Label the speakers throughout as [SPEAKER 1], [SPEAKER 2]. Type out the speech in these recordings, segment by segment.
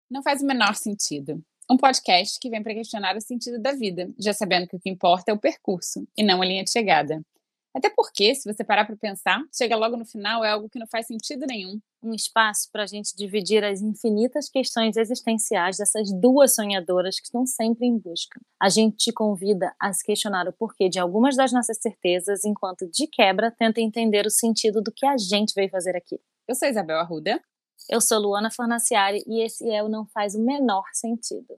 [SPEAKER 1] Não faz o menor sentido. Um podcast que vem para questionar o sentido da vida, já sabendo que o que importa é o percurso e não a linha de chegada. Até porque, se você parar para pensar, chega logo no final é algo que não faz sentido nenhum.
[SPEAKER 2] Um espaço para a gente dividir as infinitas questões existenciais dessas duas sonhadoras que estão sempre em busca. A gente te convida a se questionar o porquê de algumas das nossas certezas, enquanto, de quebra, tenta entender o sentido do que a gente veio fazer aqui.
[SPEAKER 1] Eu sou Isabel Arruda.
[SPEAKER 2] Eu sou Luana Fornaciari e esse é o Não Faz o Menor Sentido.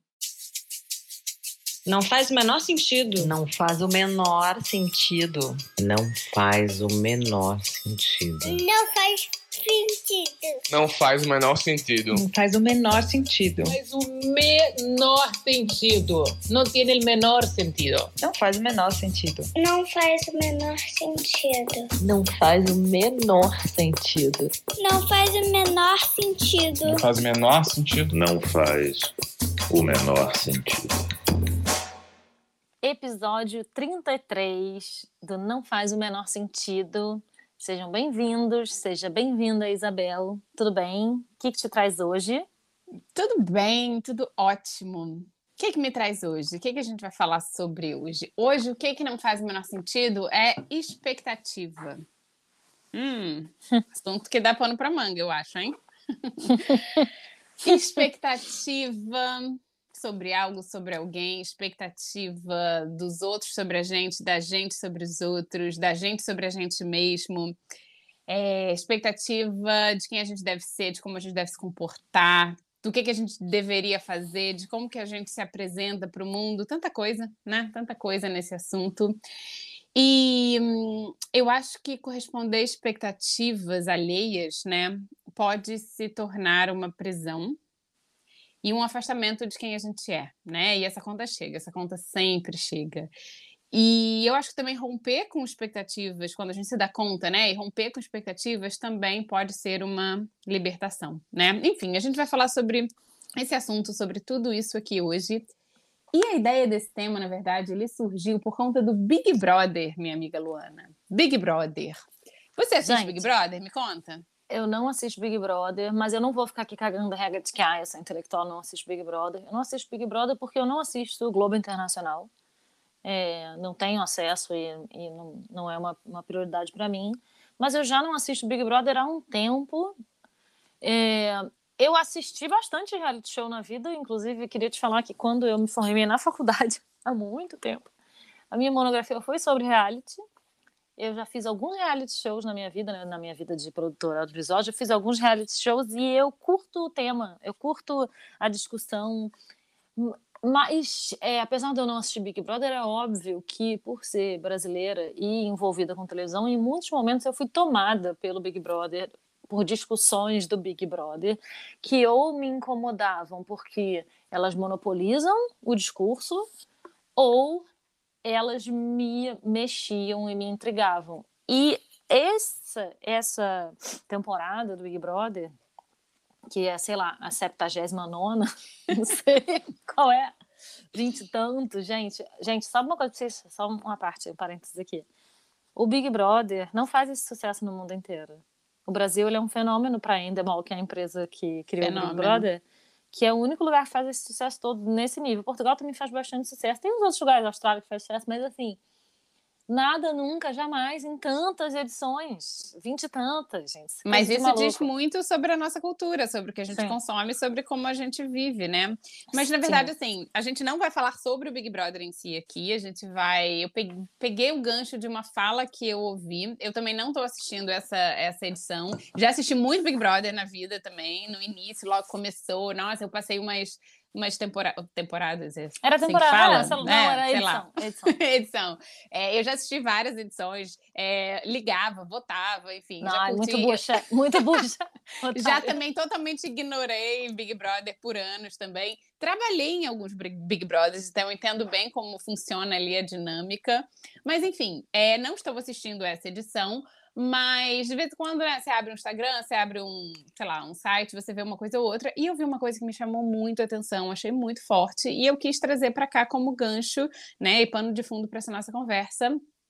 [SPEAKER 3] Não faz o menor sentido.
[SPEAKER 4] Não faz o menor sentido.
[SPEAKER 5] Não faz o menor sentido.
[SPEAKER 6] Não faz sentido.
[SPEAKER 7] Não faz o menor sentido.
[SPEAKER 3] Não faz o menor sentido.
[SPEAKER 8] Faz o menor sentido. Não tem o menor sentido.
[SPEAKER 3] Não faz o menor sentido.
[SPEAKER 6] Não faz o menor sentido.
[SPEAKER 4] Não faz o menor sentido.
[SPEAKER 6] Não faz o menor sentido.
[SPEAKER 7] Não faz o menor sentido.
[SPEAKER 9] Não faz o menor sentido.
[SPEAKER 2] Episódio 33 do Não Faz o Menor Sentido. Sejam bem-vindos, seja bem-vinda, Isabel. Tudo bem? O que te traz hoje?
[SPEAKER 1] Tudo bem, tudo ótimo. O que me traz hoje? O que a gente vai falar sobre hoje? Hoje, o que não faz o menor sentido é expectativa. Assunto que dá pano pra manga, eu acho, hein? Expectativa sobre algo, sobre alguém, expectativa dos outros sobre a gente, da gente sobre os outros, da gente sobre a gente mesmo, expectativa de quem a gente deve ser, de como a gente deve se comportar, do que a gente deveria fazer, de como que a gente se apresenta para o mundo, tanta coisa, né? Tanta coisa nesse assunto. E eu acho que corresponder a expectativas alheias, né, pode se tornar uma prisão e um afastamento de quem a gente é, né? E essa conta chega, essa conta sempre chega. E eu acho que também romper com expectativas, quando a gente se dá conta, né? E romper com expectativas também pode ser uma libertação, né? Enfim, a gente vai falar sobre esse assunto, sobre tudo isso aqui hoje. E a ideia desse tema, na verdade, ele surgiu por conta do Big Brother, minha amiga Luana. Big Brother. Você assiste Big Brother? Me conta.
[SPEAKER 2] Eu não assisto Big Brother, mas eu não vou ficar aqui cagando a regra de que eu sou intelectual, não assisto Big Brother. Eu não assisto Big Brother porque eu não assisto o Globo Internacional. Não tenho acesso e não é uma prioridade para mim. Mas eu já não assisto Big Brother há um tempo. Eu assisti bastante reality show na vida, inclusive queria te falar que quando eu me formei na faculdade, há muito tempo, a minha monografia foi sobre reality. Eu já fiz alguns reality shows na minha vida, né? Na minha vida de produtora audiovisual, já fiz alguns reality shows e eu curto o tema, eu curto a discussão, mas apesar de eu não assistir Big Brother, é óbvio que por ser brasileira e envolvida com televisão, em muitos momentos eu fui tomada pelo Big Brother, por discussões do Big Brother, que ou me incomodavam porque elas monopolizam o discurso, ou elas me mexiam e me intrigavam. E essa temporada do Big Brother, que é, sei lá, a 79ª, não sei qual é, 20 e tanto, gente, sabe uma coisa, só uma parte, um parênteses aqui. O Big Brother não faz esse sucesso no mundo inteiro. O Brasil, ele é um fenômeno para a Endemol, que é a empresa que criou o Big Brother, que é o único lugar que faz esse sucesso todo nesse nível. Portugal também faz bastante sucesso. Tem uns outros lugares, a Austrália, que faz sucesso, mas assim, nada, nunca, jamais, em tantas edições, 20 e tantas, gente.
[SPEAKER 1] Mas isso diz muito sobre a nossa cultura, sobre o que a gente consome, sobre como a gente vive, né? Mas, na verdade, assim, a gente não vai falar sobre o Big Brother em si aqui, a gente vai... Eu peguei o gancho de uma fala que eu ouvi, eu também não tô assistindo essa edição, já assisti muito Big Brother na vida também, no início, logo começou, nossa, eu passei umas temporadas.
[SPEAKER 2] Era
[SPEAKER 1] assim
[SPEAKER 2] temporada?
[SPEAKER 1] Fala,
[SPEAKER 2] não, era edição.
[SPEAKER 1] Edição. Eu já assisti várias edições, ligava, votava, enfim.
[SPEAKER 2] Não,
[SPEAKER 1] já curti.
[SPEAKER 2] Muito bucha.
[SPEAKER 1] Já também totalmente ignorei Big Brother por anos também. Trabalhei em alguns Big Brothers, então eu entendo bem como funciona ali a dinâmica. Mas, enfim, não estou assistindo essa edição, mas de vez em quando, né, você abre um Instagram, você abre um site, você vê uma coisa ou outra, e eu vi uma coisa que me chamou muito a atenção, achei muito forte, e eu quis trazer para cá como gancho, né, e pano de fundo para essa nossa conversa,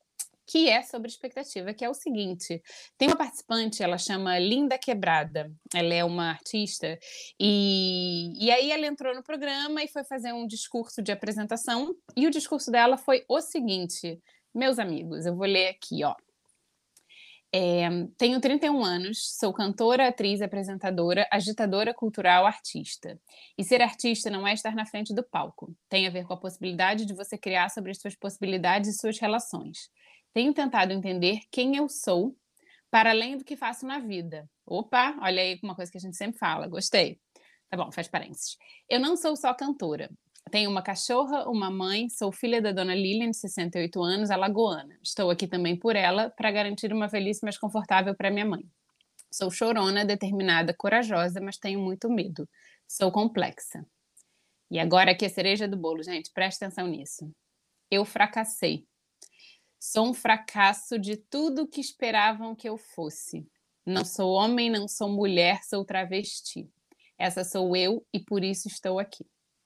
[SPEAKER 1] que é sobre expectativa, que é o seguinte: tem uma participante, ela chama Linda Quebrada, ela é uma artista, e aí ela entrou no programa e foi fazer um discurso de apresentação, e o discurso dela foi o seguinte, meus amigos, eu vou ler aqui, ó. Tenho 31 anos, sou cantora, atriz, apresentadora, agitadora cultural, artista. E ser artista não é estar na frente do palco. Tem a ver com a possibilidade de você criar sobre as suas possibilidades e suas relações. Tenho tentado entender quem eu sou para além do que faço na vida. Opa, olha aí uma coisa que a gente sempre fala, gostei. Tá bom, faz parênteses. Eu não sou só cantora. Tenho uma cachorra, uma mãe, sou filha da dona Lilian, de 68 anos, alagoana. Estou aqui também por ela, para garantir uma velhice mais confortável para minha mãe. Sou chorona, determinada, corajosa, mas tenho muito medo. Sou complexa. E agora aqui a cereja do bolo, gente, presta atenção nisso. Eu fracassei. Sou um fracasso de tudo que esperavam que eu fosse. Não sou homem, não sou mulher, sou travesti. Essa sou eu e por isso estou aqui.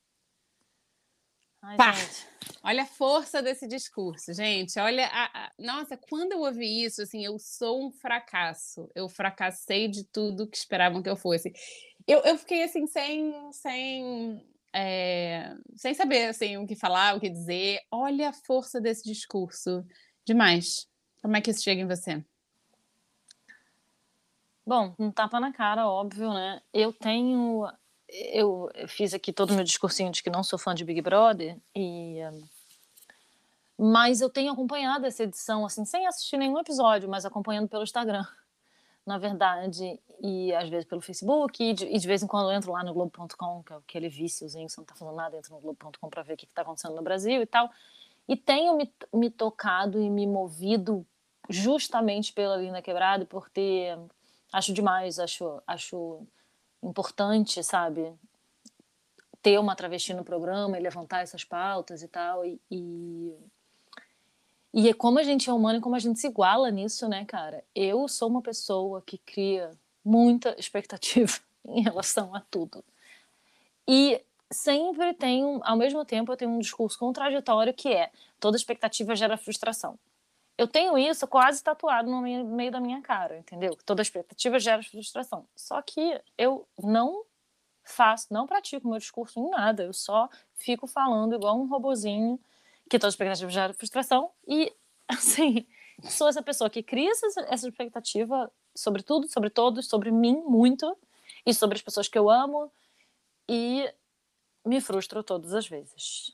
[SPEAKER 2] Ai,
[SPEAKER 1] Pá!
[SPEAKER 2] gente.
[SPEAKER 1] Olha a força desse discurso, gente. Olha, nossa, quando eu ouvi isso, assim, eu sou um fracasso. Eu fracassei de tudo que esperavam que eu fosse. Eu fiquei assim, sem saber assim, o que falar, o que dizer. Olha a força desse discurso. Demais. Como é que isso chega em você?
[SPEAKER 2] Bom, um tapa na cara, óbvio, né? Eu fiz aqui todo o meu discursinho de que não sou fã de Big Brother, mas eu tenho acompanhado essa edição, assim, sem assistir nenhum episódio, mas acompanhando pelo Instagram, na verdade, e às vezes pelo Facebook, e de vez em quando eu entro lá no Globo.com, que é aquele viciozinho, você não tá fazendo nada, entro no Globo.com para ver o que tá acontecendo no Brasil e tal, e tenho me tocado e me movido justamente pela Linda Quebrada, por ter... Acho demais, acho importante, sabe? Ter uma travesti no programa e levantar essas pautas e tal. E é como a gente é humano e como a gente se iguala nisso, né, cara? Eu sou uma pessoa que cria muita expectativa em relação a tudo. E sempre tenho, ao mesmo tempo, eu tenho um discurso contraditório que é: toda expectativa gera frustração. Eu tenho isso quase tatuado no meio da minha cara, entendeu? Toda expectativa gera frustração. Só que eu não pratico meu discurso em nada. Eu só fico falando igual um robozinho que toda expectativa gera frustração. E, assim, sou essa pessoa que cria essa expectativa sobre tudo, sobre todos, sobre mim, muito. E sobre as pessoas que eu amo. E me frustro todas as vezes.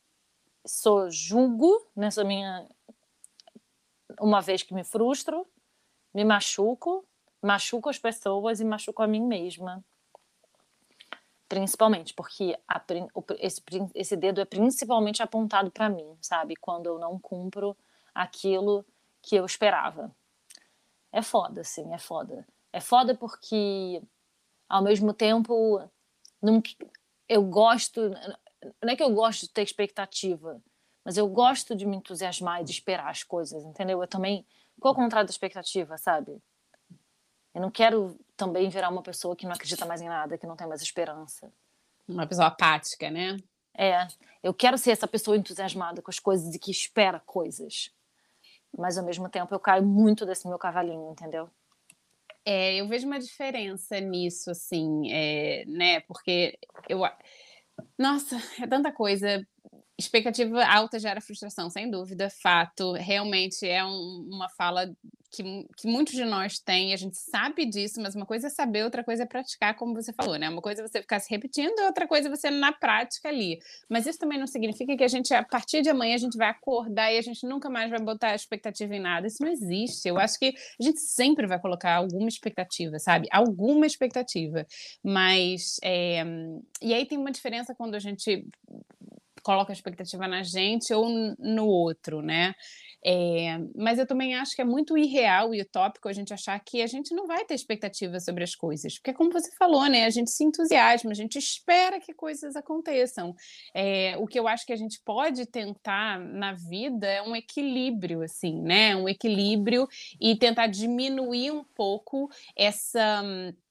[SPEAKER 2] Julgo nessa minha... Uma vez que me frustro, me machuco as pessoas e machuco a mim mesma. Principalmente, porque esse dedo é principalmente apontado para mim, sabe? Quando eu não cumpro aquilo que eu esperava. É foda, sim, é foda. É foda porque, ao mesmo tempo, eu gosto... Não é que eu gosto de ter expectativa, mas eu gosto de me entusiasmar e de esperar as coisas, entendeu? Eu também... Qual é o contrário da expectativa, sabe? Eu não quero também virar uma pessoa que não acredita mais em nada, que não tem mais esperança.
[SPEAKER 1] Uma pessoa apática, né?
[SPEAKER 2] Eu quero ser essa pessoa entusiasmada com as coisas e que espera coisas. Mas, ao mesmo tempo, eu caio muito desse meu cavalinho, entendeu?
[SPEAKER 1] Eu vejo uma diferença nisso, assim, né? Porque nossa, é tanta coisa. Expectativa alta gera frustração, sem dúvida, fato. Realmente é uma fala que muitos de nós têm, a gente sabe disso, mas uma coisa é saber, outra coisa é praticar, como você falou, né? Uma coisa é você ficar se repetindo, outra coisa é você na prática ali. Mas isso também não significa que a partir de amanhã, a gente vai acordar e a gente nunca mais vai botar expectativa em nada. Isso não existe. Eu acho que a gente sempre vai colocar alguma expectativa, sabe? Alguma expectativa. Mas, e aí tem uma diferença quando a gente coloca a expectativa na gente ou no outro, né? Mas eu também acho que é muito irreal e utópico a gente achar que a gente não vai ter expectativa sobre as coisas, porque como você falou, né? A gente se entusiasma, a gente espera que coisas aconteçam. O que eu acho que a gente pode tentar na vida é um equilíbrio, assim, né? Um equilíbrio e tentar diminuir um pouco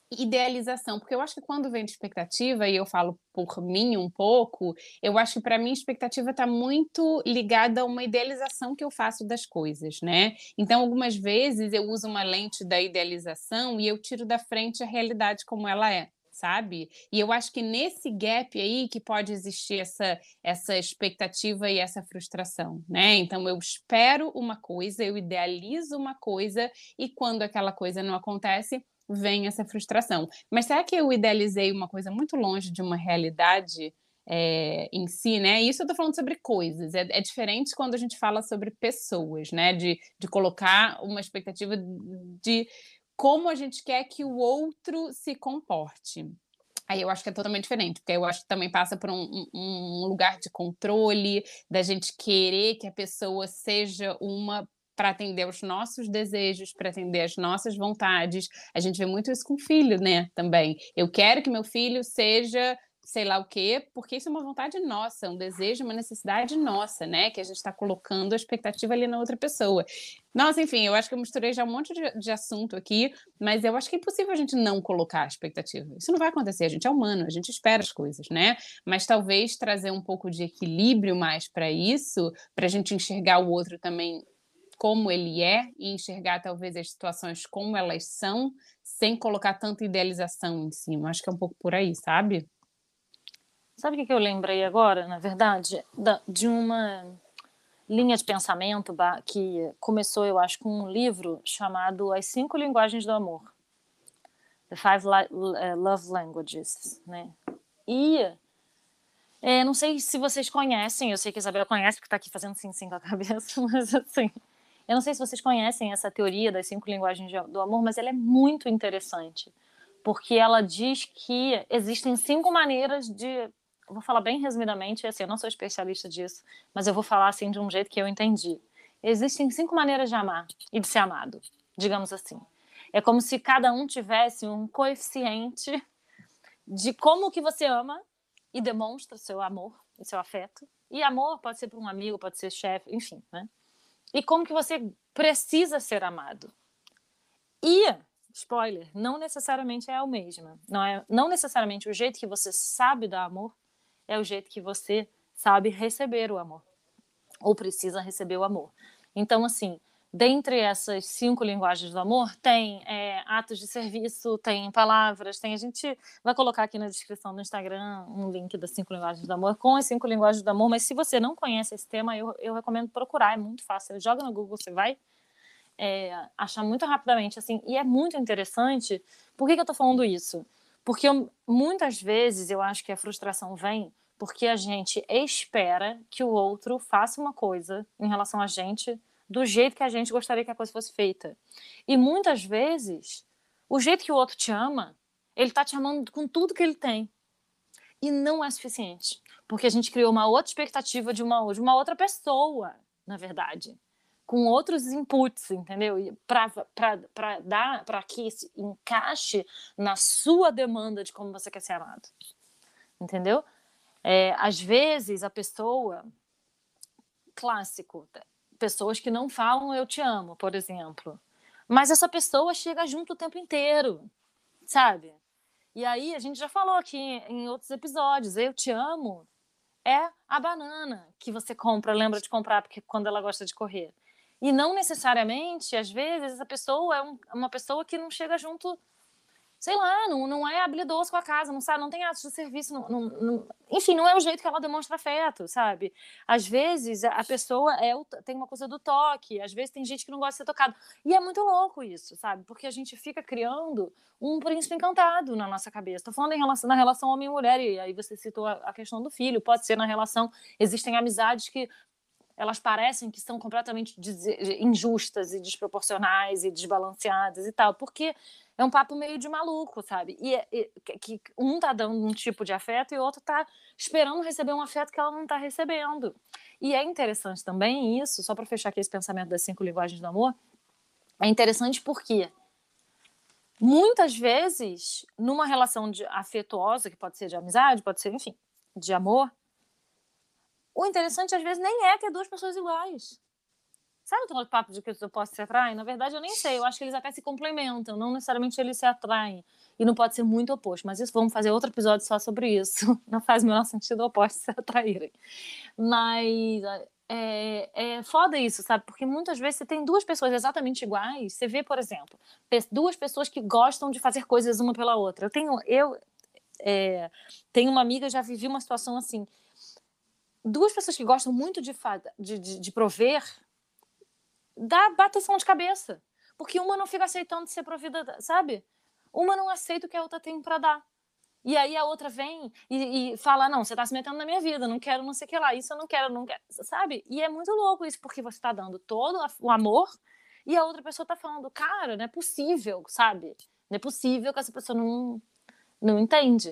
[SPEAKER 1] idealização, porque eu acho que quando vem de expectativa, e eu falo por mim um pouco, eu acho que para mim expectativa está muito ligada a uma idealização que eu faço das coisas, né? Então, algumas vezes eu uso uma lente da idealização e eu tiro da frente a realidade como ela é. Sabe? E eu acho que nesse gap aí que pode existir essa expectativa e essa frustração, né? Então eu espero uma coisa, eu idealizo uma coisa e quando aquela coisa não acontece, vem essa frustração. Mas será que eu idealizei uma coisa muito longe de uma realidade em si, né? Isso eu tô falando sobre coisas. É diferente quando a gente fala sobre pessoas, né? De colocar uma expectativa de como a gente quer que o outro se comporte. Aí eu acho que é totalmente diferente, porque eu acho que também passa por um lugar de controle, da gente querer que a pessoa seja uma para atender aos nossos desejos, para atender às nossas vontades. A gente vê muito isso com filho, né, também. Eu quero que meu filho seja sei lá o quê, porque isso é uma vontade nossa, um desejo, uma necessidade nossa, né, que a gente está colocando a expectativa ali na outra pessoa. Nossa, enfim, eu acho que eu misturei já um monte de assunto aqui, mas eu acho que é impossível a gente não colocar a expectativa. Isso não vai acontecer, a gente é humano, a gente espera as coisas, né? Mas talvez trazer um pouco de equilíbrio mais para isso, para a gente enxergar o outro também como ele é e enxergar talvez as situações como elas são, sem colocar tanta idealização em cima. Acho que é um pouco por aí, sabe?
[SPEAKER 2] Sabe o que eu lembrei agora, na verdade? De uma linha de pensamento que começou, eu acho, com um livro chamado As 5 Linguagens do Amor. The Five Love Languages, né? E não sei se vocês conhecem, eu sei que a Isabela conhece, porque está aqui fazendo sim com a cabeça, mas assim, eu não sei se vocês conhecem essa teoria das 5 linguagens do amor, mas ela é muito interessante, porque ela diz que existem 5 maneiras de... Eu vou falar bem resumidamente, assim, eu não sou especialista disso, mas eu vou falar assim de um jeito que eu entendi. Existem 5 maneiras de amar e de ser amado, digamos assim. É como se cada um tivesse um coeficiente de como que você ama e demonstra seu amor e seu afeto. E amor pode ser para um amigo, pode ser chefe, enfim, né? E como que você precisa ser amado. E, spoiler, não necessariamente é o mesmo. Não necessariamente o jeito que você sabe dar amor é o jeito que você sabe receber o amor. Ou precisa receber o amor. Então, assim, dentre essas 5 linguagens do amor, tem atos de serviço, tem palavras, a gente vai colocar aqui na descrição do Instagram um link das 5 linguagens do amor, com as 5 linguagens do amor, mas se você não conhece esse tema, eu recomendo procurar, é muito fácil. Você joga no Google, você vai achar muito rapidamente, assim, e é muito interessante. Por que eu tô falando isso? Porque muitas vezes eu acho que a frustração vem porque a gente espera que o outro faça uma coisa em relação a gente do jeito que a gente gostaria que a coisa fosse feita. E muitas vezes, o jeito que o outro te ama, ele tá te amando com tudo que ele tem. E não é suficiente. Porque a gente criou uma outra expectativa de uma outra pessoa, na verdade. Com outros inputs, entendeu? E para que isso encaixe na sua demanda de como você quer ser amado. Entendeu? Às vezes, a pessoa... Clássico. Pessoas que não falam eu te amo, por exemplo. Mas essa pessoa chega junto o tempo inteiro, sabe? E aí, a gente já falou aqui em outros episódios, eu te amo é a banana que você compra, lembra de comprar porque quando ela gosta de correr. E não necessariamente, às vezes, essa pessoa é uma pessoa que não chega junto, sei lá, não é habilidoso com a casa, não sabe, não tem atos de serviço, enfim, não é o jeito que ela demonstra afeto, sabe? Às vezes a pessoa tem uma coisa do toque, às vezes tem gente que não gosta de ser tocado. E é muito louco isso, sabe? Porque a gente fica criando um príncipe encantado na nossa cabeça. Tô falando na relação homem e mulher, e aí você citou a questão do filho, pode ser na relação, existem amizades que elas parecem que são completamente injustas e desproporcionais e desbalanceadas e tal, porque é um papo meio de maluco, sabe? Que um tá dando um tipo de afeto e o outro tá esperando receber um afeto que ela não tá recebendo. E é interessante também isso, só para fechar aqui esse pensamento das 5 linguagens do amor, é interessante porque muitas vezes, numa relação afetuosa, que pode ser de amizade, pode ser, enfim, de amor, o interessante às vezes nem é ter 2 pessoas iguais, Sabe o papo de que os opostos se atraem? Na verdade, eu nem sei. Eu acho que eles até se complementam. Não necessariamente eles se atraem. E não pode ser muito oposto. Mas isso, vamos fazer outro episódio só sobre isso. Não faz o menor sentido opostos se atraírem. Mas é foda isso, sabe? Porque muitas vezes você tem duas pessoas exatamente iguais. Você vê, por exemplo, duas pessoas que gostam de fazer coisas uma pela outra. Eu tenho uma amiga, já vivi uma situação assim. Duas pessoas que gostam muito de prover, dá bateção de cabeça. Porque uma não fica aceitando de ser provida, sabe? Uma não aceita o que a outra tem para dar. E aí a outra vem e fala, não, você tá se metendo na minha vida, não quero não sei o que lá, isso eu não quero, sabe? E é muito louco isso, porque você tá dando todo o amor e a outra pessoa tá falando, cara, não é possível, sabe? Não é possível que essa pessoa não entende.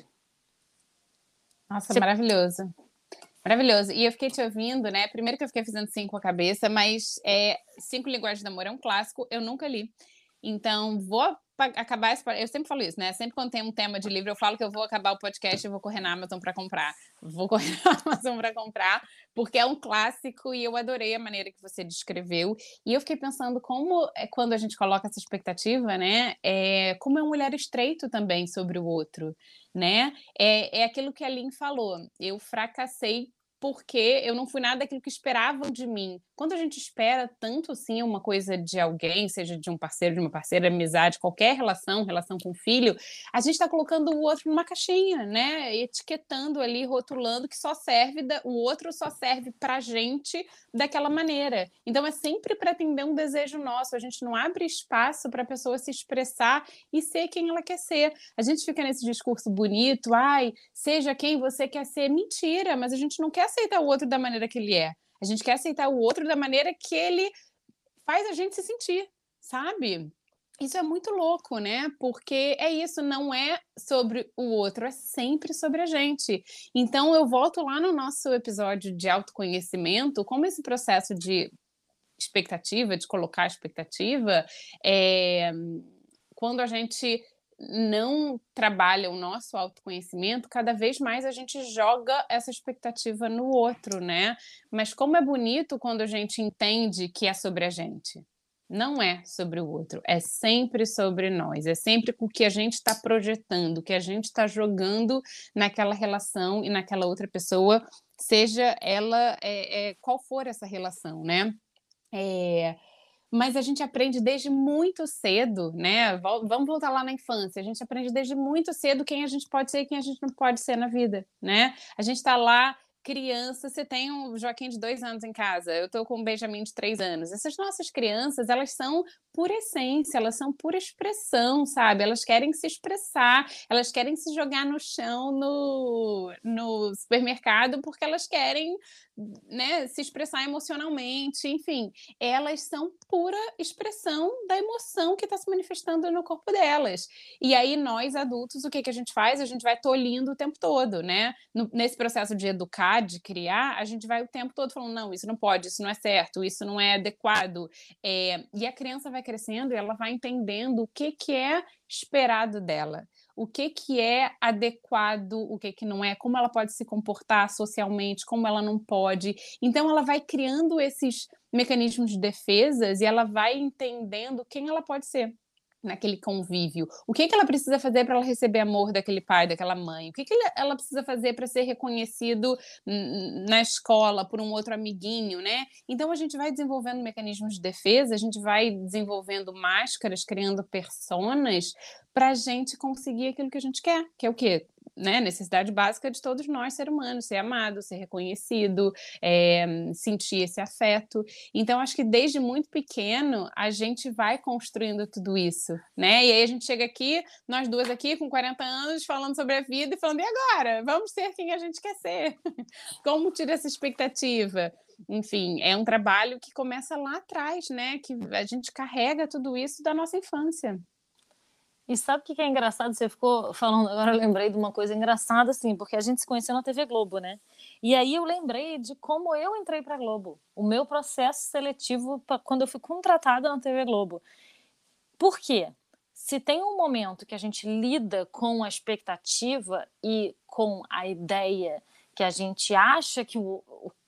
[SPEAKER 1] Nossa, maravilhoso. Maravilhoso. E eu fiquei te ouvindo, né? Primeiro que eu fiquei fazendo 5 com a cabeça, mas 5 Linguagens do Amor é um clássico, eu nunca li. Então, vou acabar esse... Eu sempre falo isso, né? Sempre quando tem um tema de livro, eu falo que eu vou acabar o podcast e vou correr na Amazon para comprar. Vou correr na Amazon para comprar, porque é um clássico e eu adorei a maneira que você descreveu. E eu fiquei pensando como, quando a gente coloca essa expectativa, né? Como é um olhar estreito também sobre o outro, né? É aquilo que a Lin falou. Eu fracassei porque eu não fui nada daquilo que esperavam de mim. Quando a gente espera tanto assim uma coisa de alguém, seja de um parceiro, de uma parceira, amizade, qualquer relação com filho, a gente está colocando o outro numa caixinha, né? Etiquetando ali, rotulando que o outro só serve pra gente daquela maneira. Então é sempre para atender um desejo nosso, a gente não abre espaço para a pessoa se expressar e ser quem ela quer ser. A gente fica nesse discurso bonito, seja quem você quer ser. Mentira, mas a gente não quer aceitar o outro da maneira que ele é. A gente quer aceitar o outro da maneira que ele faz a gente se sentir, sabe? Isso é muito louco, né? Porque é isso, não é sobre o outro, é sempre sobre a gente. Então, eu volto lá no nosso episódio de autoconhecimento, como esse processo de expectativa, de colocar expectativa, quando a gente não trabalha o nosso autoconhecimento, cada vez mais a gente joga essa expectativa no outro, né? Mas como é bonito quando a gente entende que é sobre a gente. Não é sobre o outro, é sempre sobre nós, é sempre o que a gente está projetando, o que a gente está jogando naquela relação e naquela outra pessoa, seja ela qual for essa relação, né? Mas a gente aprende desde muito cedo, né? Vamos voltar lá na infância. A gente aprende desde muito cedo quem a gente pode ser e quem a gente não pode ser na vida, né? A gente está lá, criança, você tem um Joaquim de 2 anos em casa, eu estou com um Benjamin de 3 anos. Essas nossas crianças, elas são pura essência, elas são pura expressão, sabe? Elas querem se expressar, elas querem se jogar no chão no supermercado porque elas querem, né, se expressar emocionalmente, enfim, elas são pura expressão da emoção que está se manifestando no corpo delas. E aí nós, adultos, o que a gente faz? A gente vai tolhindo o tempo todo, né? Nesse processo de educar, de criar, a gente vai o tempo todo falando, não, isso não pode, isso não é certo, isso não é adequado. E a criança vai crescendo e ela vai entendendo o que é esperado dela, o que é adequado, o que não é, como ela pode se comportar socialmente, como ela não pode. Então ela vai criando esses mecanismos de defesas e ela vai entendendo quem ela pode ser naquele convívio. O que ela precisa fazer para ela receber amor daquele pai, daquela mãe? O que ela precisa fazer para ser reconhecido na escola por um outro amiguinho, né? Então a gente vai desenvolvendo mecanismos de defesa, a gente vai desenvolvendo máscaras, criando personas para a gente conseguir aquilo que a gente quer, que é o quê? Né? Necessidade básica de todos nós, ser humano, ser amado, ser reconhecido, sentir esse afeto. Então, acho que desde muito pequeno a gente vai construindo tudo isso, né? E aí a gente chega aqui, nós duas aqui com 40 anos, falando sobre a vida e falando, e agora? Vamos ser quem a gente quer ser. Como tirar essa expectativa? Enfim, é um trabalho que começa lá atrás, né? Que a gente carrega tudo isso da nossa infância.
[SPEAKER 2] E sabe o que é engraçado? Você ficou falando, agora eu lembrei de uma coisa engraçada, assim, porque a gente se conheceu na TV Globo, né? E aí eu lembrei de como eu entrei para a Globo, o meu processo seletivo quando eu fui contratada na TV Globo. Por quê? Se tem um momento que a gente lida com a expectativa e com a ideia que a gente acha que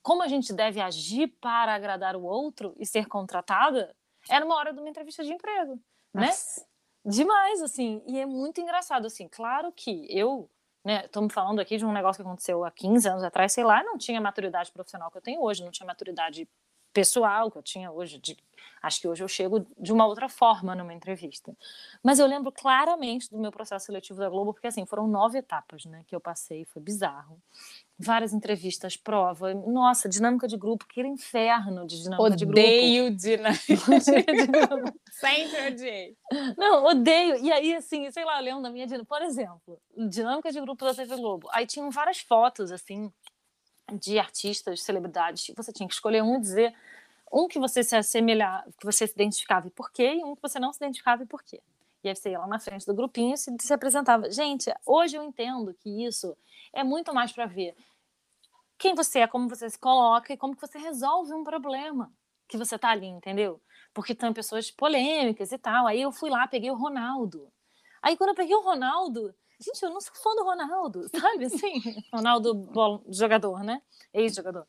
[SPEAKER 2] como a gente deve agir para agradar o outro e ser contratada, era uma hora de uma entrevista de emprego, né?
[SPEAKER 1] Nossa.
[SPEAKER 2] Demais, assim, e é muito engraçado, assim, claro que eu, né, estamos falando aqui de um negócio que aconteceu há 15 anos atrás, sei lá, não tinha a maturidade profissional que eu tenho hoje, não tinha maturidade pessoal que eu tinha hoje, acho que hoje eu chego de uma outra forma numa entrevista, mas eu lembro claramente do meu processo seletivo da Globo, porque assim, foram 9 etapas, né, que eu passei, foi bizarro, várias entrevistas, prova, nossa, dinâmica de grupo, que era inferno de dinâmica de grupo.
[SPEAKER 1] Odeio dinâmica de grupo. Sempre odiei.
[SPEAKER 2] Não, odeio. E aí, assim, sei lá, eu lembro da minha dinâmica. Por exemplo, dinâmica de grupo da TV Globo. Aí tinham várias fotos, assim, de artistas, celebridades. Você tinha que escolher um e dizer um que você se assemelhava, que você se identificava e por quê, e um que você não se identificava e por quê. E aí você ia lá na frente do grupinho e se apresentava. Gente, hoje eu entendo que isso é muito mais para ver quem você é, como você se coloca e como que você resolve um problema que você tá ali, entendeu? Porque tem pessoas polêmicas e tal. Aí eu fui lá, peguei o Ronaldo. Aí quando eu peguei o Ronaldo, gente, eu não sou fã do Ronaldo, sabe assim? Ronaldo, jogador, né? Ex-jogador.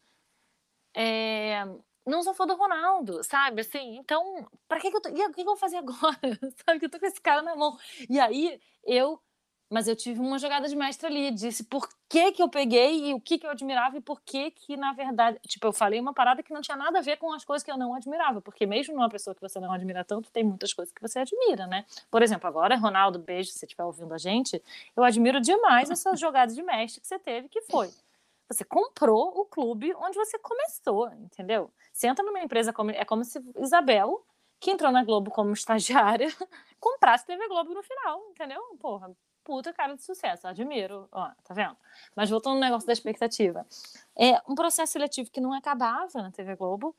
[SPEAKER 2] Não sou fã do Ronaldo, sabe? Assim, então, pra que eu tô... E o que eu vou fazer agora? Sabe que eu tô com esse cara na mão. E aí, Mas eu tive uma jogada de mestre ali, disse por que eu peguei e o que eu admirava e por que, na verdade... Tipo, eu falei uma parada que não tinha nada a ver com as coisas que eu não admirava, porque mesmo numa pessoa que você não admira tanto, tem muitas coisas que você admira, né? Por exemplo, agora, Ronaldo, beijo, se você estiver ouvindo a gente, eu admiro demais essa jogada de mestre que você teve, que foi... Você comprou o clube onde você começou, entendeu? Você entra numa empresa, é como se Isabel, que entrou na Globo como estagiária, comprasse TV Globo no final, entendeu? Porra, puta cara de sucesso, admiro, ó, tá vendo? Mas voltando no negócio da expectativa. É um processo seletivo que não acabava na TV Globo,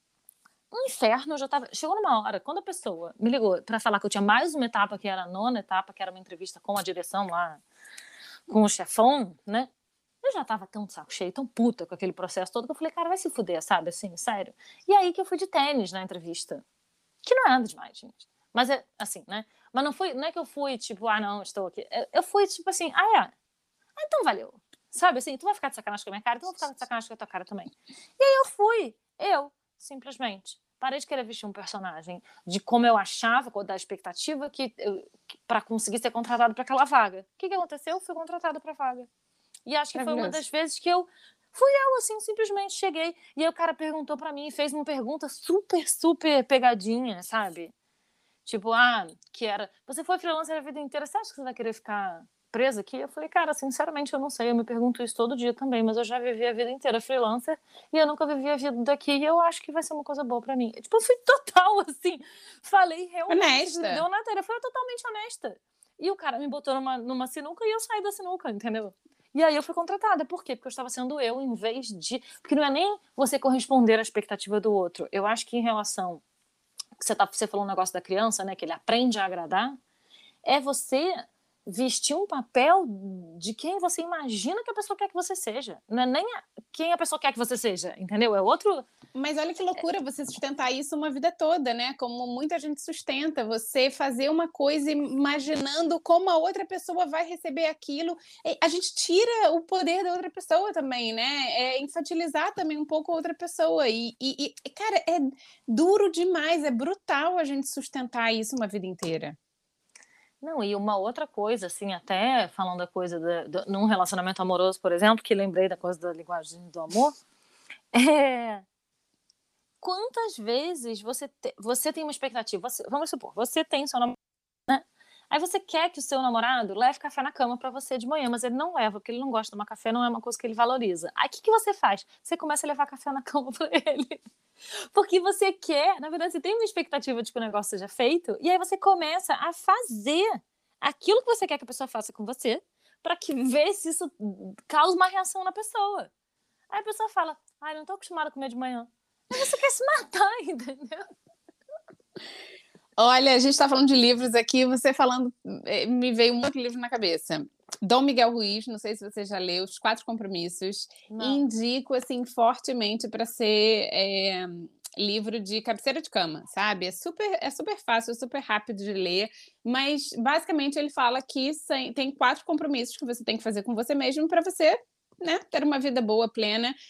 [SPEAKER 2] um inferno, chegou numa hora, quando a pessoa me ligou para falar que eu tinha mais uma etapa, que era a 9ª etapa, que era uma entrevista com a direção lá, com o chefão, né? Eu já tava tão de saco cheio, tão puta com aquele processo todo, que eu falei, cara, vai se fuder, sabe, assim, sério. E aí que eu fui de tênis na entrevista, que não é nada demais, gente. Mas é assim, né? Mas não é que eu fui, tipo, não, estou aqui. Eu fui, tipo assim, então valeu. Sabe, assim, tu vai ficar de sacanagem com a minha cara, então eu vou ficar de sacanagem com a tua cara também. E aí eu simplesmente, parei de querer vestir um personagem de como eu achava, da expectativa para conseguir ser contratado para aquela vaga. O que aconteceu? Eu fui contratada para a vaga. E acho que foi uma das vezes que fui eu, assim, simplesmente cheguei. E aí o cara perguntou pra mim, fez uma pergunta super, super pegadinha, sabe? Tipo, que era, você foi freelancer a vida inteira, você acha que você vai querer ficar presa aqui? Eu falei, cara, sinceramente eu não sei, eu me pergunto isso todo dia também, mas eu já vivi a vida inteira freelancer e eu nunca vivi a vida daqui e eu acho que vai ser uma coisa boa pra mim. Tipo, eu fui total, assim, falei realmente.
[SPEAKER 1] Honesta.
[SPEAKER 2] Deu na telha, foi totalmente honesta. E o cara me botou numa sinuca e eu saí da sinuca, entendeu? E aí eu fui contratada. Por quê? Porque eu estava sendo eu em vez de... Porque não é nem você corresponder à expectativa do outro. Eu acho que em relação... Você falou um negócio da criança, né? Que ele aprende a agradar. É você vestir um papel de quem você imagina que a pessoa quer que você seja. Não é nem quem a pessoa quer que você seja, entendeu? É outro...
[SPEAKER 1] Mas olha que loucura você sustentar isso uma vida toda, né? Como muita gente sustenta, você fazer uma coisa imaginando como a outra pessoa vai receber aquilo. A gente tira o poder da outra pessoa também, né? É infantilizar também um pouco a outra pessoa. Cara, é duro demais, é brutal a gente sustentar isso uma vida inteira.
[SPEAKER 2] Não, e uma outra coisa, assim, até falando da coisa num relacionamento amoroso, por exemplo, que lembrei da coisa da linguagem do amor, quantas vezes você tem uma expectativa, vamos supor, você tem seu namorado, né? Aí você quer que o seu namorado leve café na cama pra você de manhã, mas ele não leva, porque ele não gosta de tomar café, não é uma coisa que ele valoriza. Aí o que você faz? Você começa a levar café na cama pra ele. Porque você quer, na verdade, você tem uma expectativa de que o negócio seja feito, e aí você começa a fazer aquilo que você quer que a pessoa faça com você, pra ver se isso causa uma reação na pessoa. Aí a pessoa fala, não tô acostumada a comer de manhã. Mas você quer se matar, entendeu?
[SPEAKER 1] Olha, a gente está falando de livros aqui, você falando, me veio um outro livro na cabeça. Dom Miguel Ruiz, não sei se você já leu, Os 4 Compromissos.
[SPEAKER 2] Não.
[SPEAKER 1] Indico, assim, fortemente para ser livro de cabeceira de cama, sabe? É super fácil, super rápido de ler, mas basicamente ele fala que tem 4 compromissos que você tem que fazer com você mesmo para você, né, ter uma vida boa, plena.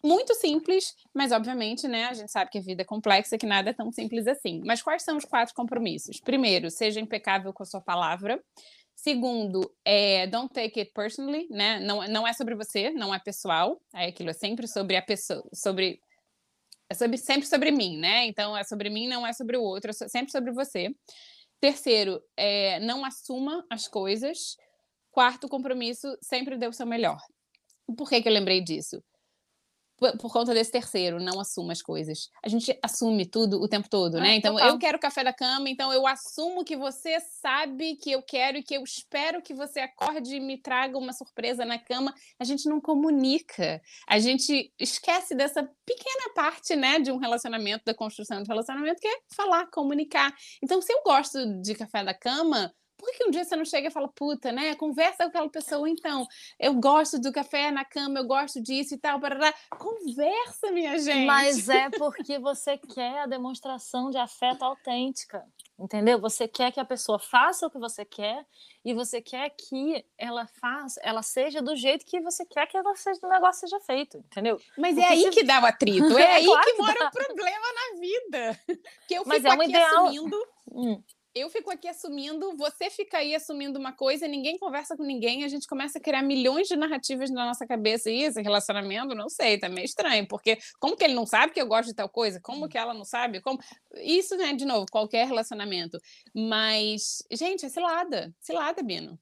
[SPEAKER 1] Muito simples, mas obviamente, né, a gente sabe que a vida é complexa, que nada é tão simples assim. Mas quais são os 4 compromissos? Primeiro, seja impecável com a sua palavra. Segundo, don't take it personally, né? Não é sobre você, não é pessoal. Aquilo é sempre sobre a pessoa, sempre sobre mim, né? Então é sobre mim, não é sobre o outro, é sempre sobre você. Terceiro, não assuma as coisas. Quarto compromisso, sempre dê o seu melhor. Por que eu lembrei disso? Por conta desse terceiro, não assuma as coisas. A gente assume tudo o tempo todo, né? Então, eu quero café da cama, então eu assumo que você sabe que eu quero e que eu espero que você acorde e me traga uma surpresa na cama. A gente não comunica. A gente esquece dessa pequena parte, né, de um relacionamento, da construção de relacionamento, que é falar, comunicar. Então, se eu gosto de café da cama, por que um dia você não chega e fala, puta, né? Conversa com aquela pessoa, então. Eu gosto do café na cama, eu gosto disso e tal. Barará. Conversa, minha gente.
[SPEAKER 2] Mas é porque você quer a demonstração de afeto autêntica, entendeu? Você quer que a pessoa faça o que você quer e você quer que ela seja do jeito que você quer que o negócio seja feito, entendeu?
[SPEAKER 1] Mas
[SPEAKER 2] porque
[SPEAKER 1] é aí que dá o atrito, é aí
[SPEAKER 2] claro
[SPEAKER 1] que
[SPEAKER 2] que
[SPEAKER 1] mora
[SPEAKER 2] dá.
[SPEAKER 1] o problema na vida. Que eu
[SPEAKER 2] Mas
[SPEAKER 1] fico
[SPEAKER 2] um
[SPEAKER 1] aqui
[SPEAKER 2] ideal...
[SPEAKER 1] assumindo... Eu fico aqui assumindo, você fica aí assumindo uma coisa, ninguém conversa com ninguém, a gente começa a criar milhões de narrativas na nossa cabeça. E esse relacionamento, não sei, tá meio estranho, porque como que ele não sabe que eu gosto de tal coisa? Como que ela não sabe? Isso, né, de novo, qualquer relacionamento. Mas, gente, é cilada, Bino.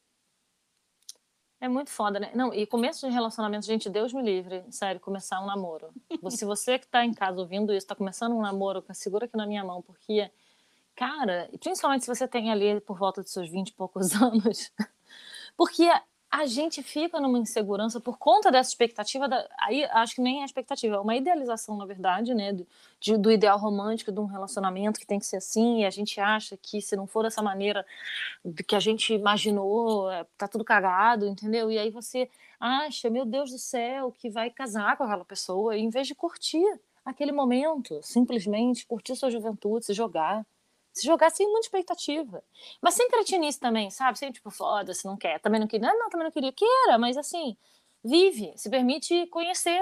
[SPEAKER 2] É muito foda, né? Não, e começo de relacionamento, gente, Deus me livre, sério, começar um namoro. Se você que tá em casa ouvindo isso, tá começando um namoro, segura aqui na minha mão, porque... Cara, principalmente se você tem ali por volta dos seus 20 e poucos anos, porque a gente fica numa insegurança por conta dessa expectativa, aí acho que nem é expectativa, é uma idealização, na verdade, né, do ideal romântico de um relacionamento que tem que ser assim, e a gente acha que se não for dessa maneira que a gente imaginou, tá tudo cagado, entendeu? E aí você acha, meu Deus do céu, que vai casar com aquela pessoa, e em vez de curtir aquele momento, simplesmente curtir sua juventude, se jogar sem muita expectativa. Mas sem cretinice também, sabe? Sem tipo, foda-se, não quer. Também não queria. Não, também não queria. Queira, mas assim, vive. Se permite conhecer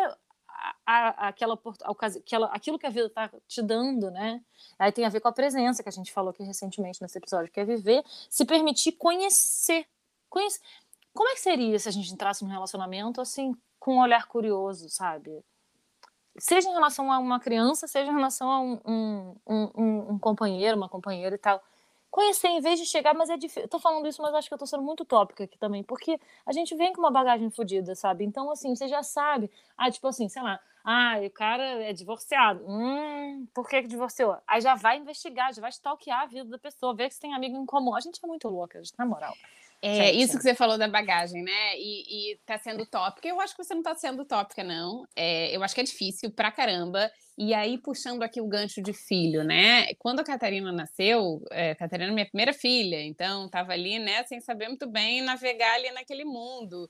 [SPEAKER 2] aquilo que a vida tá te dando, né? Aí tem a ver com a presença que a gente falou aqui recentemente nesse episódio, que é viver, se permitir conhecer. Como é que seria se a gente entrasse num relacionamento assim, com um olhar curioso, sabe? Seja em relação a uma criança, seja em relação a um companheiro, uma companheira e tal. Conhecer em vez de chegar, mas é difícil. Eu tô falando isso, mas acho que eu tô sendo muito utópica aqui também, porque a gente vem com uma bagagem fodida, sabe? Então, assim, você já sabe. Tipo assim, sei lá, o cara é divorciado. Por que divorciou? Aí já vai investigar, já vai stalkear a vida da pessoa, ver se tem amigo em comum. A gente é muito louca, na moral.
[SPEAKER 1] Isso que você falou da bagagem, né? E tá sendo utópica. Eu acho que você não tá sendo utópica, não. Eu acho que é difícil pra caramba. E aí, puxando aqui o gancho de filho, né? Quando a Catarina nasceu, Catarina é minha primeira filha, então tava ali, né, sem saber muito bem navegar ali naquele mundo.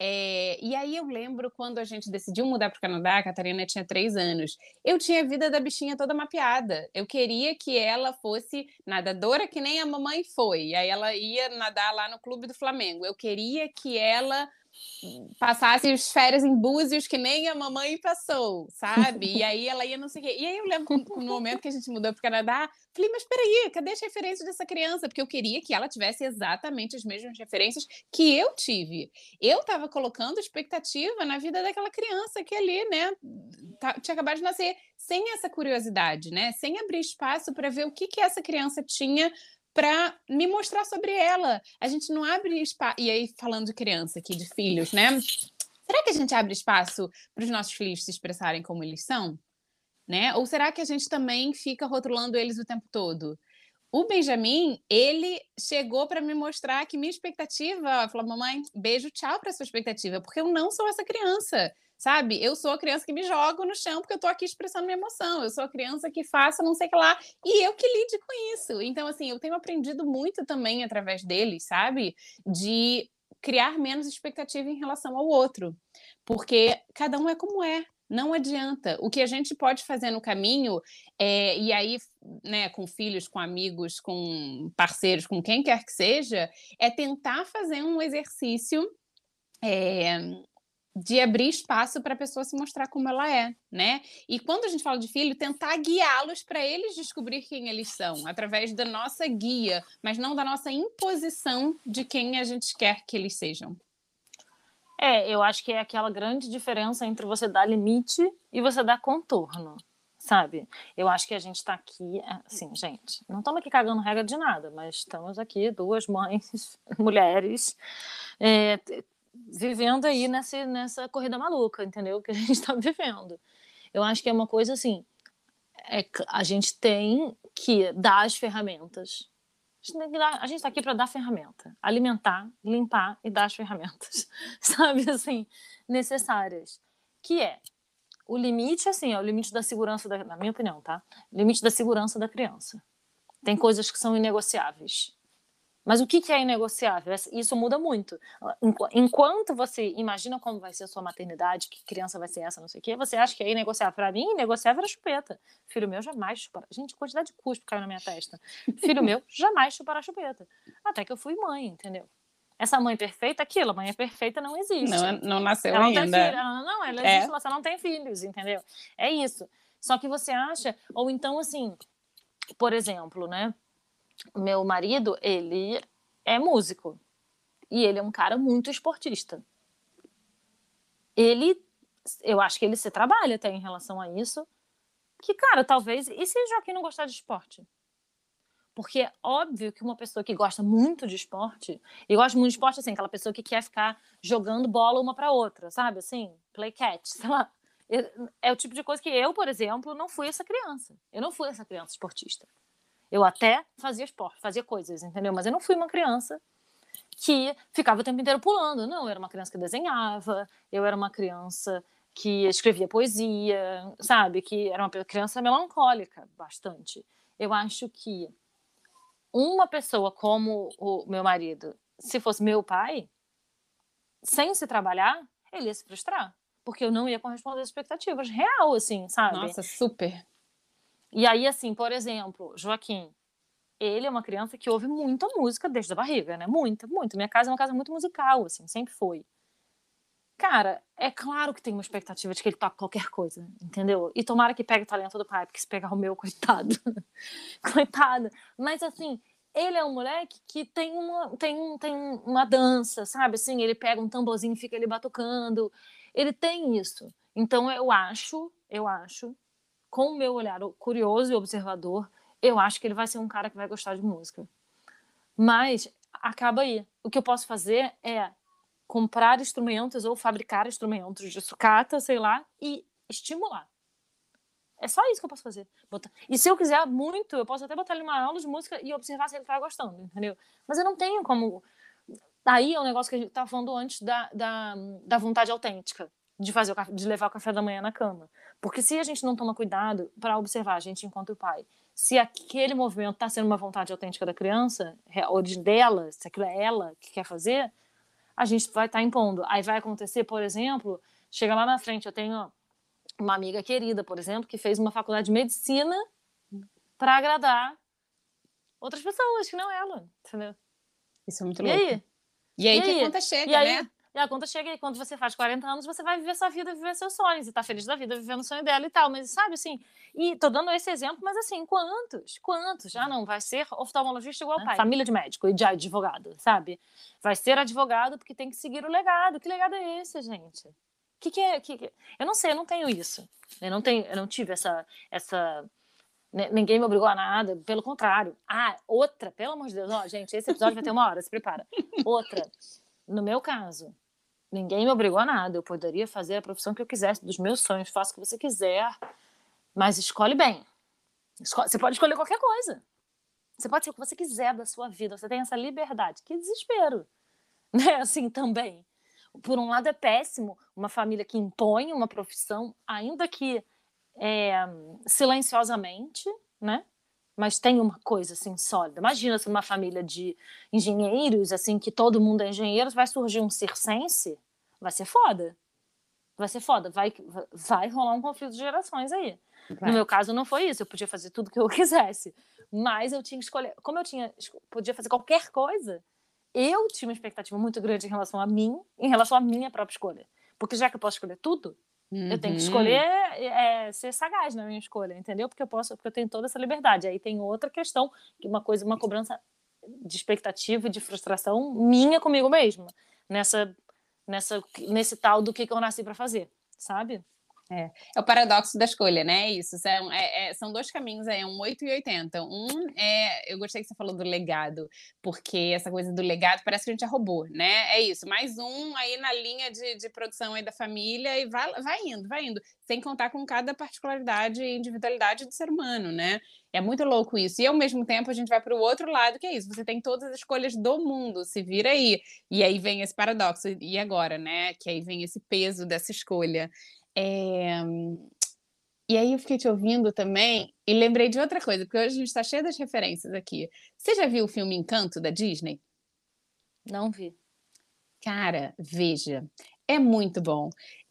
[SPEAKER 1] E aí eu lembro quando a gente decidiu mudar para o Canadá, a Catarina tinha 3 anos. Eu tinha a vida da bichinha toda mapeada. Eu queria que ela fosse nadadora que nem a mamãe foi. E aí ela ia nadar lá no Clube do Flamengo. Eu queria que ela passasse as férias em Búzios que nem a mamãe passou, sabe? E aí ela ia não sei o quê. E aí eu lembro no momento que a gente mudou para o Canadá, falei, mas peraí, cadê as referências dessa criança? Porque eu queria que ela tivesse exatamente as mesmas referências que eu tive. Eu estava colocando expectativa na vida daquela criança que ali, né, tinha acabado de nascer, sem essa curiosidade, né? Sem abrir espaço para ver o que essa criança tinha para me mostrar sobre ela. A gente não abre espaço... E aí, falando de criança aqui, de filhos, né? Será que a gente abre espaço para os nossos filhos se expressarem como eles são? Né? Ou será que a gente também fica rotulando eles o tempo todo? O Benjamin, ele chegou para me mostrar que minha expectativa... Falou, mamãe, beijo, tchau para sua expectativa, porque eu não sou essa criança. Sabe? Eu sou a criança que me joga no chão porque eu tô aqui expressando minha emoção. Eu sou a criança que faça não sei o que lá e eu que lide com isso. Então, assim, eu tenho aprendido muito também através deles, sabe? De criar menos expectativa em relação ao outro. Porque cada um é como é. Não adianta. O que a gente pode fazer no caminho, e aí, né, com filhos, com amigos, com parceiros, com quem quer que seja, é tentar fazer um exercício... de abrir espaço para a pessoa se mostrar como ela é, né? E quando a gente fala de filho, tentar guiá-los para eles descobrir quem eles são, através da nossa guia, mas não da nossa imposição de quem a gente quer que eles sejam.
[SPEAKER 2] Eu acho que é aquela grande diferença entre você dar limite e você dar contorno, sabe? Eu acho que a gente tá aqui, assim, gente, não estamos aqui cagando regra de nada, mas estamos aqui, duas mães, mulheres, vivendo aí nessa corrida maluca, entendeu? Que a gente tá vivendo. Eu acho que é uma coisa assim, a gente tem que dar as ferramentas. A gente tá aqui para dar ferramenta, alimentar, limpar e dar as ferramentas, sabe, assim, necessárias. Que o limite, assim, é o limite da segurança, na minha opinião, tá? Limite da segurança da criança. Tem coisas que são inegociáveis. Mas o que é inegociável? Isso muda muito. Enquanto você imagina como vai ser a sua maternidade, que criança vai ser essa, não sei o quê, você acha que é inegociável. Para mim, inegociável era chupeta. Filho meu jamais chupará. Gente, quantidade de cuspe caiu na minha testa. Filho meu jamais chupará chupeta. Até que eu fui mãe, entendeu? Essa mãe perfeita, a mãe perfeita não existe.
[SPEAKER 1] Não nasceu
[SPEAKER 2] ela
[SPEAKER 1] ainda.
[SPEAKER 2] Não tem filho. Ela existe, ela só não tem filhos, entendeu? É isso. Só que você acha, ou então assim, por exemplo, né? Meu marido, ele é músico. E ele é um cara muito esportista. Eu acho que ele se trabalha até em relação a isso. Que, cara, talvez... E se Joaquim não gostar de esporte? Porque é óbvio que uma pessoa que gosta muito de esporte... E gosta muito de esporte, assim, aquela pessoa que quer ficar jogando bola uma pra outra, sabe? Assim, play catch, sei lá. É o tipo de coisa que eu, por exemplo, não fui essa criança. Eu não fui essa criança esportista. Eu até fazia esporte, fazia coisas, entendeu? Mas eu não fui uma criança que ficava o tempo inteiro pulando. Não, eu era uma criança que desenhava, eu era uma criança que escrevia poesia, sabe? Que era uma criança melancólica, bastante. Eu acho que uma pessoa como o meu marido, se fosse meu pai, sem se trabalhar, ele ia se frustrar. Porque eu não ia corresponder às expectativas. Real, assim, sabe?
[SPEAKER 1] Nossa, super.
[SPEAKER 2] E aí, assim, por exemplo, Joaquim, ele é uma criança que ouve muita música desde a barriga, né? Muita, muito. Minha casa é uma casa muito musical, assim, sempre foi. Cara, é claro que tem uma expectativa de que ele toque qualquer coisa, entendeu? E tomara que pegue o talento do pai, porque se pegar o meu, coitado. Coitado. Mas, assim, ele é um moleque que tem uma dança, sabe? Assim, ele pega um tamborzinho e fica ali batucando. Ele tem isso. Então, eu acho, com o meu olhar curioso e observador, eu acho que ele vai ser um cara que vai gostar de música. Mas acaba aí. O que eu posso fazer é comprar instrumentos ou fabricar instrumentos de sucata, sei lá, e estimular. É só isso que eu posso fazer. E se eu quiser muito, eu posso até botar ele numa aula de música e observar se ele tá gostando, entendeu? Mas eu não tenho como... Aí é um negócio que a gente tava falando antes da vontade autêntica de levar o café da manhã na cama. Porque se a gente não toma cuidado para observar, a gente encontra o pai, se aquele movimento está sendo uma vontade autêntica da criança, ou dela, se aquilo é ela que quer fazer, a gente vai estar impondo. Aí vai acontecer, por exemplo, chega lá na frente, eu tenho uma amiga querida, por exemplo, que fez uma faculdade de medicina para agradar outras pessoas que não ela, entendeu?
[SPEAKER 1] Isso é muito louco. E aí que a conta chega, né?
[SPEAKER 2] E a conta chega, e quando você faz 40 anos, você vai viver sua vida, viver seus sonhos, e tá feliz da vida, vivendo o sonho dela e tal. Mas, sabe, assim, e tô dando esse exemplo, mas assim, quantos? Ah, não, vai ser oftalmologista igual o pai. Família de médico e de advogado, sabe? Vai ser advogado porque tem que seguir o legado. Que legado é esse, gente? Que é? Eu não sei, eu não tenho isso. Eu não tive essa... Ninguém me obrigou a nada, pelo contrário. Outra, pelo amor de Deus, gente, esse episódio vai ter 1 hora, se prepara. Outra, no meu caso, ninguém me obrigou a nada, eu poderia fazer a profissão que eu quisesse, dos meus sonhos, faça o que você quiser, mas escolhe bem. Você pode escolher qualquer coisa. Você pode ser o que você quiser da sua vida, você tem essa liberdade. Que desespero, né? Assim, também. Por um lado é péssimo uma família que impõe uma profissão, ainda que silenciosamente, né? Mas tem uma coisa assim sólida. Imagina se numa família de engenheiros, assim, que todo mundo é engenheiro, vai surgir um circense, vai ser foda. Vai rolar um conflito de gerações aí. No meu caso não foi isso, eu podia fazer tudo que eu quisesse, mas eu tinha que escolher. Como eu podia fazer qualquer coisa, eu tinha uma expectativa muito grande em relação a mim, em relação à minha própria escolha. Porque já que eu posso escolher tudo, eu tenho que escolher ser sagaz na minha escolha, entendeu? Porque eu tenho toda essa liberdade. Aí tem outra questão, que uma cobrança de expectativa e de frustração minha comigo mesma, nesse tal do que eu nasci para fazer, sabe?
[SPEAKER 1] É o paradoxo da escolha, né? Isso são dois caminhos, é um 8 e 80. Eu gostei que você falou do legado, porque essa coisa do legado parece que a gente é robô, né? É isso, mais um aí na linha de produção aí da família e vai indo, sem contar com cada particularidade e individualidade do ser humano, né? É muito louco isso. E ao mesmo tempo a gente vai para o outro lado, que é isso, você tem todas as escolhas do mundo, se vira aí. E aí vem esse paradoxo, e agora, né? Que aí vem esse peso dessa escolha. E aí eu fiquei te ouvindo também e lembrei de outra coisa, porque hoje a gente está cheio das referências aqui. Você já viu o filme Encanto, da Disney?
[SPEAKER 2] Não vi.
[SPEAKER 1] Cara, veja, é muito bom.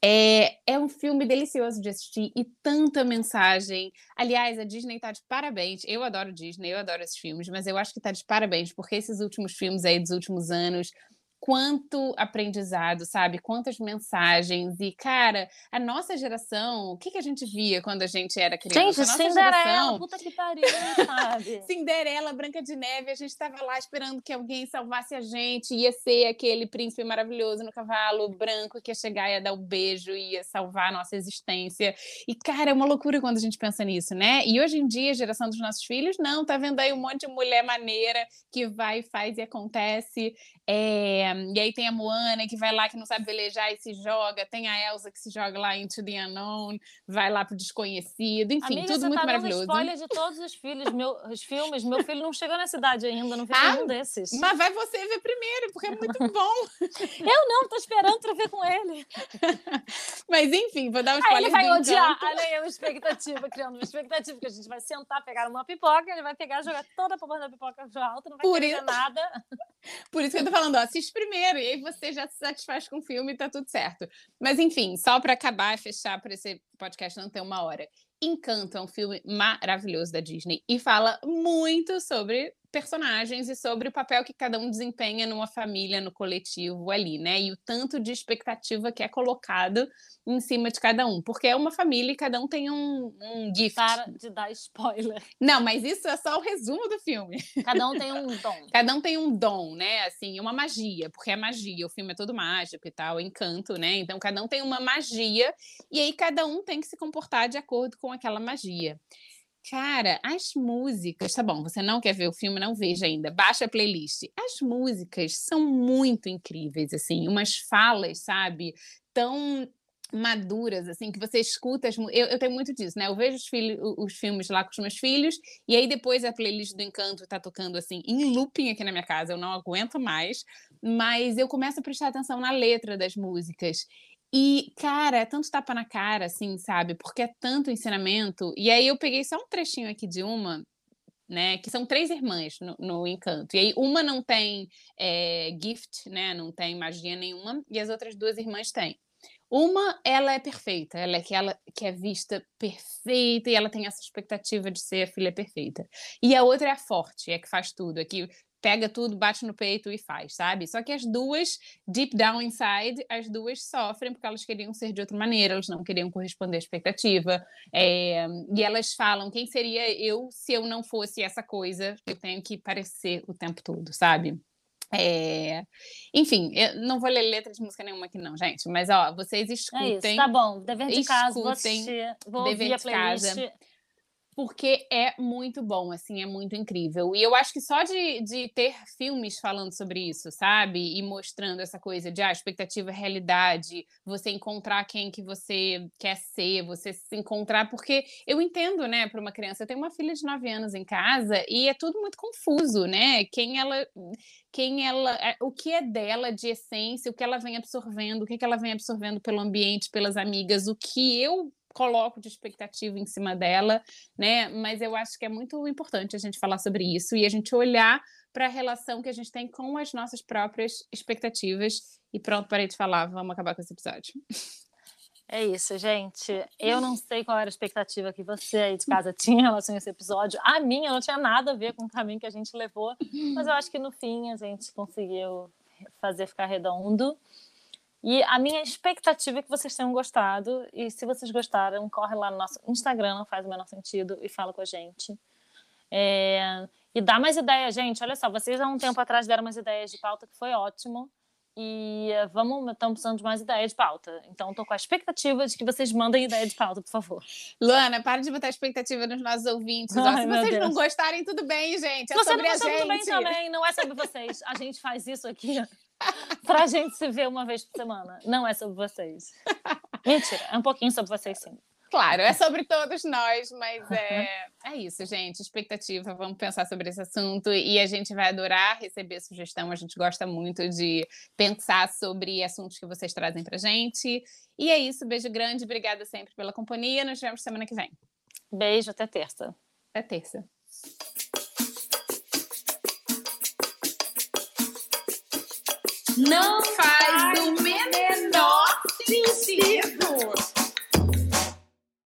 [SPEAKER 1] É um filme delicioso de assistir e tanta mensagem. Aliás, a Disney tá de parabéns. Eu adoro Disney, eu adoro esses filmes, mas eu acho que tá de parabéns, porque esses últimos filmes aí dos últimos anos, quanto aprendizado, sabe? Quantas mensagens. E, cara, a nossa geração, o que a gente via quando a gente era criança?
[SPEAKER 2] Gente,
[SPEAKER 1] a nossa
[SPEAKER 2] Cinderela,
[SPEAKER 1] geração...
[SPEAKER 2] puta que pariu, sabe?
[SPEAKER 1] Cinderela, Branca de Neve, a gente estava lá esperando que alguém salvasse a gente, ia ser aquele príncipe maravilhoso no cavalo branco que ia chegar e ia dar um beijo e ia salvar a nossa existência. E, cara, é uma loucura quando a gente pensa nisso, né? E hoje em dia, a geração dos nossos filhos, não, tá vendo aí um monte de mulher maneira que vai, faz e acontece. E aí tem a Moana que vai lá, que não sabe velejar e se joga, tem a Elsa que se joga lá into the unknown, vai lá pro desconhecido, enfim,
[SPEAKER 2] amiga,
[SPEAKER 1] tudo muito maravilhoso.
[SPEAKER 2] Amiga, você tá dando spoiler de todos os filmes, meu filho não chegou nessa idade ainda, não viu nenhum desses.
[SPEAKER 1] Mas vai você ver primeiro, porque é muito bom.
[SPEAKER 2] Eu não, tô esperando pra ver com ele.
[SPEAKER 1] Mas enfim, vou dar um spoiler.
[SPEAKER 2] Aí ele vai odiar, olha aí uma expectativa, criando uma expectativa, que a gente vai sentar, pegar uma pipoca, ele vai pegar, jogar toda a porra da pipoca pro alto, não vai querer nada.
[SPEAKER 1] Por isso que eu tô falando, ó, assiste primeiro, e aí você já se satisfaz com o filme e tá tudo certo. Mas enfim, só pra acabar e fechar, para esse podcast não ter 1 hora. Encanto é um filme maravilhoso da Disney e fala muito sobre personagens e sobre o papel que cada um desempenha numa família, no coletivo ali, né? E o tanto de expectativa que é colocado em cima de cada um. Porque é uma família e cada um tem um gift.
[SPEAKER 2] Para de dar spoiler.
[SPEAKER 1] Não, mas isso é só o resumo do filme.
[SPEAKER 2] Cada um tem um dom.
[SPEAKER 1] Cada um tem um dom, né? Assim, uma magia, porque é magia. O filme é todo mágico e tal, Encanto, né? Então, cada um tem uma magia e aí cada um tem que se comportar de acordo com aquela magia. Cara, as músicas... Tá bom, você não quer ver o filme, não veja ainda. Baixa a playlist. As músicas são muito incríveis, assim. Umas falas, sabe? Tão maduras, assim, que você escuta... Eu tenho muito disso, né? Eu vejo os filmes lá com os meus filhos e aí depois a playlist do Encanto tá tocando, assim, em looping aqui na minha casa. Eu não aguento mais. Mas eu começo a prestar atenção na letra das músicas. E, cara, é tanto tapa na cara, assim, sabe? Porque é tanto ensinamento. E aí eu peguei só um trechinho aqui de uma, né? Que são 3 irmãs no Encanto. E aí uma não tem gift, né? Não tem magia nenhuma. E as outras 2 irmãs têm. Uma, ela é perfeita. Ela é aquela que é vista perfeita e ela tem essa expectativa de ser a filha perfeita. E a outra é a forte, é que faz tudo. É que pega tudo, bate no peito e faz, sabe? Só que as duas, deep down inside, as duas sofrem porque elas queriam ser de outra maneira, elas não queriam corresponder à expectativa. E elas falam, quem seria eu se eu não fosse essa coisa que eu tenho que parecer o tempo todo, sabe? Enfim, eu não vou ler letra de música nenhuma aqui não, gente, mas ó, vocês escutem.
[SPEAKER 2] É isso, tá bom, dever de casa, vou assistir, vou ouvir a playlist. Casa,
[SPEAKER 1] porque é muito bom, assim, é muito incrível. E eu acho que só de ter filmes falando sobre isso, sabe? E mostrando essa coisa de expectativa, realidade, você encontrar quem que você quer ser, você se encontrar, porque eu entendo, né, para uma criança, eu tenho uma filha de 9 anos em casa e é tudo muito confuso, né? O que é dela de essência, o que ela vem absorvendo, o que ela vem absorvendo pelo ambiente, pelas amigas, o que eu coloco de expectativa em cima dela, né? Mas eu acho que é muito importante a gente falar sobre isso e a gente olhar para a relação que a gente tem com as nossas próprias expectativas. E pronto, parei de falar, vamos acabar com esse episódio.
[SPEAKER 2] É isso, gente. Eu não sei qual era a expectativa que você aí de casa tinha em relação a esse episódio. A minha não tinha nada a ver com o caminho que a gente levou, mas eu acho que no fim a gente conseguiu fazer ficar redondo. E a minha expectativa é que vocês tenham gostado. E se vocês gostaram, corre lá no nosso Instagram, Não Faz o Menor Sentido, e fala com a gente. E dá mais ideia, gente. Olha só, vocês há um tempo atrás deram umas ideias de pauta que foi ótimo. E estamos precisando de mais ideias de pauta. Então, estou com a expectativa de que vocês mandem ideia de pauta, por favor.
[SPEAKER 1] Luana, para de botar expectativa nos nossos ouvintes.
[SPEAKER 2] Ai,
[SPEAKER 1] se
[SPEAKER 2] meu
[SPEAKER 1] vocês
[SPEAKER 2] Deus.
[SPEAKER 1] não gostarem, tudo bem, gente. É
[SPEAKER 2] Se você
[SPEAKER 1] sobre
[SPEAKER 2] não
[SPEAKER 1] a
[SPEAKER 2] gostar, tudo bem
[SPEAKER 1] gente.
[SPEAKER 2] também. Não é sobre vocês. A gente faz isso aqui pra gente se ver uma vez por semana. Não é sobre vocês. Mentira, é um pouquinho sobre vocês, sim.
[SPEAKER 1] Claro, é sobre todos nós, mas é isso, gente. Expectativa, vamos pensar sobre esse assunto e a gente vai adorar receber sugestão. A gente gosta muito de pensar sobre assuntos que vocês trazem pra gente. E é isso, beijo grande, obrigada sempre pela companhia. Nos vemos semana que vem.
[SPEAKER 2] Beijo, até terça.
[SPEAKER 1] Até terça. Não faz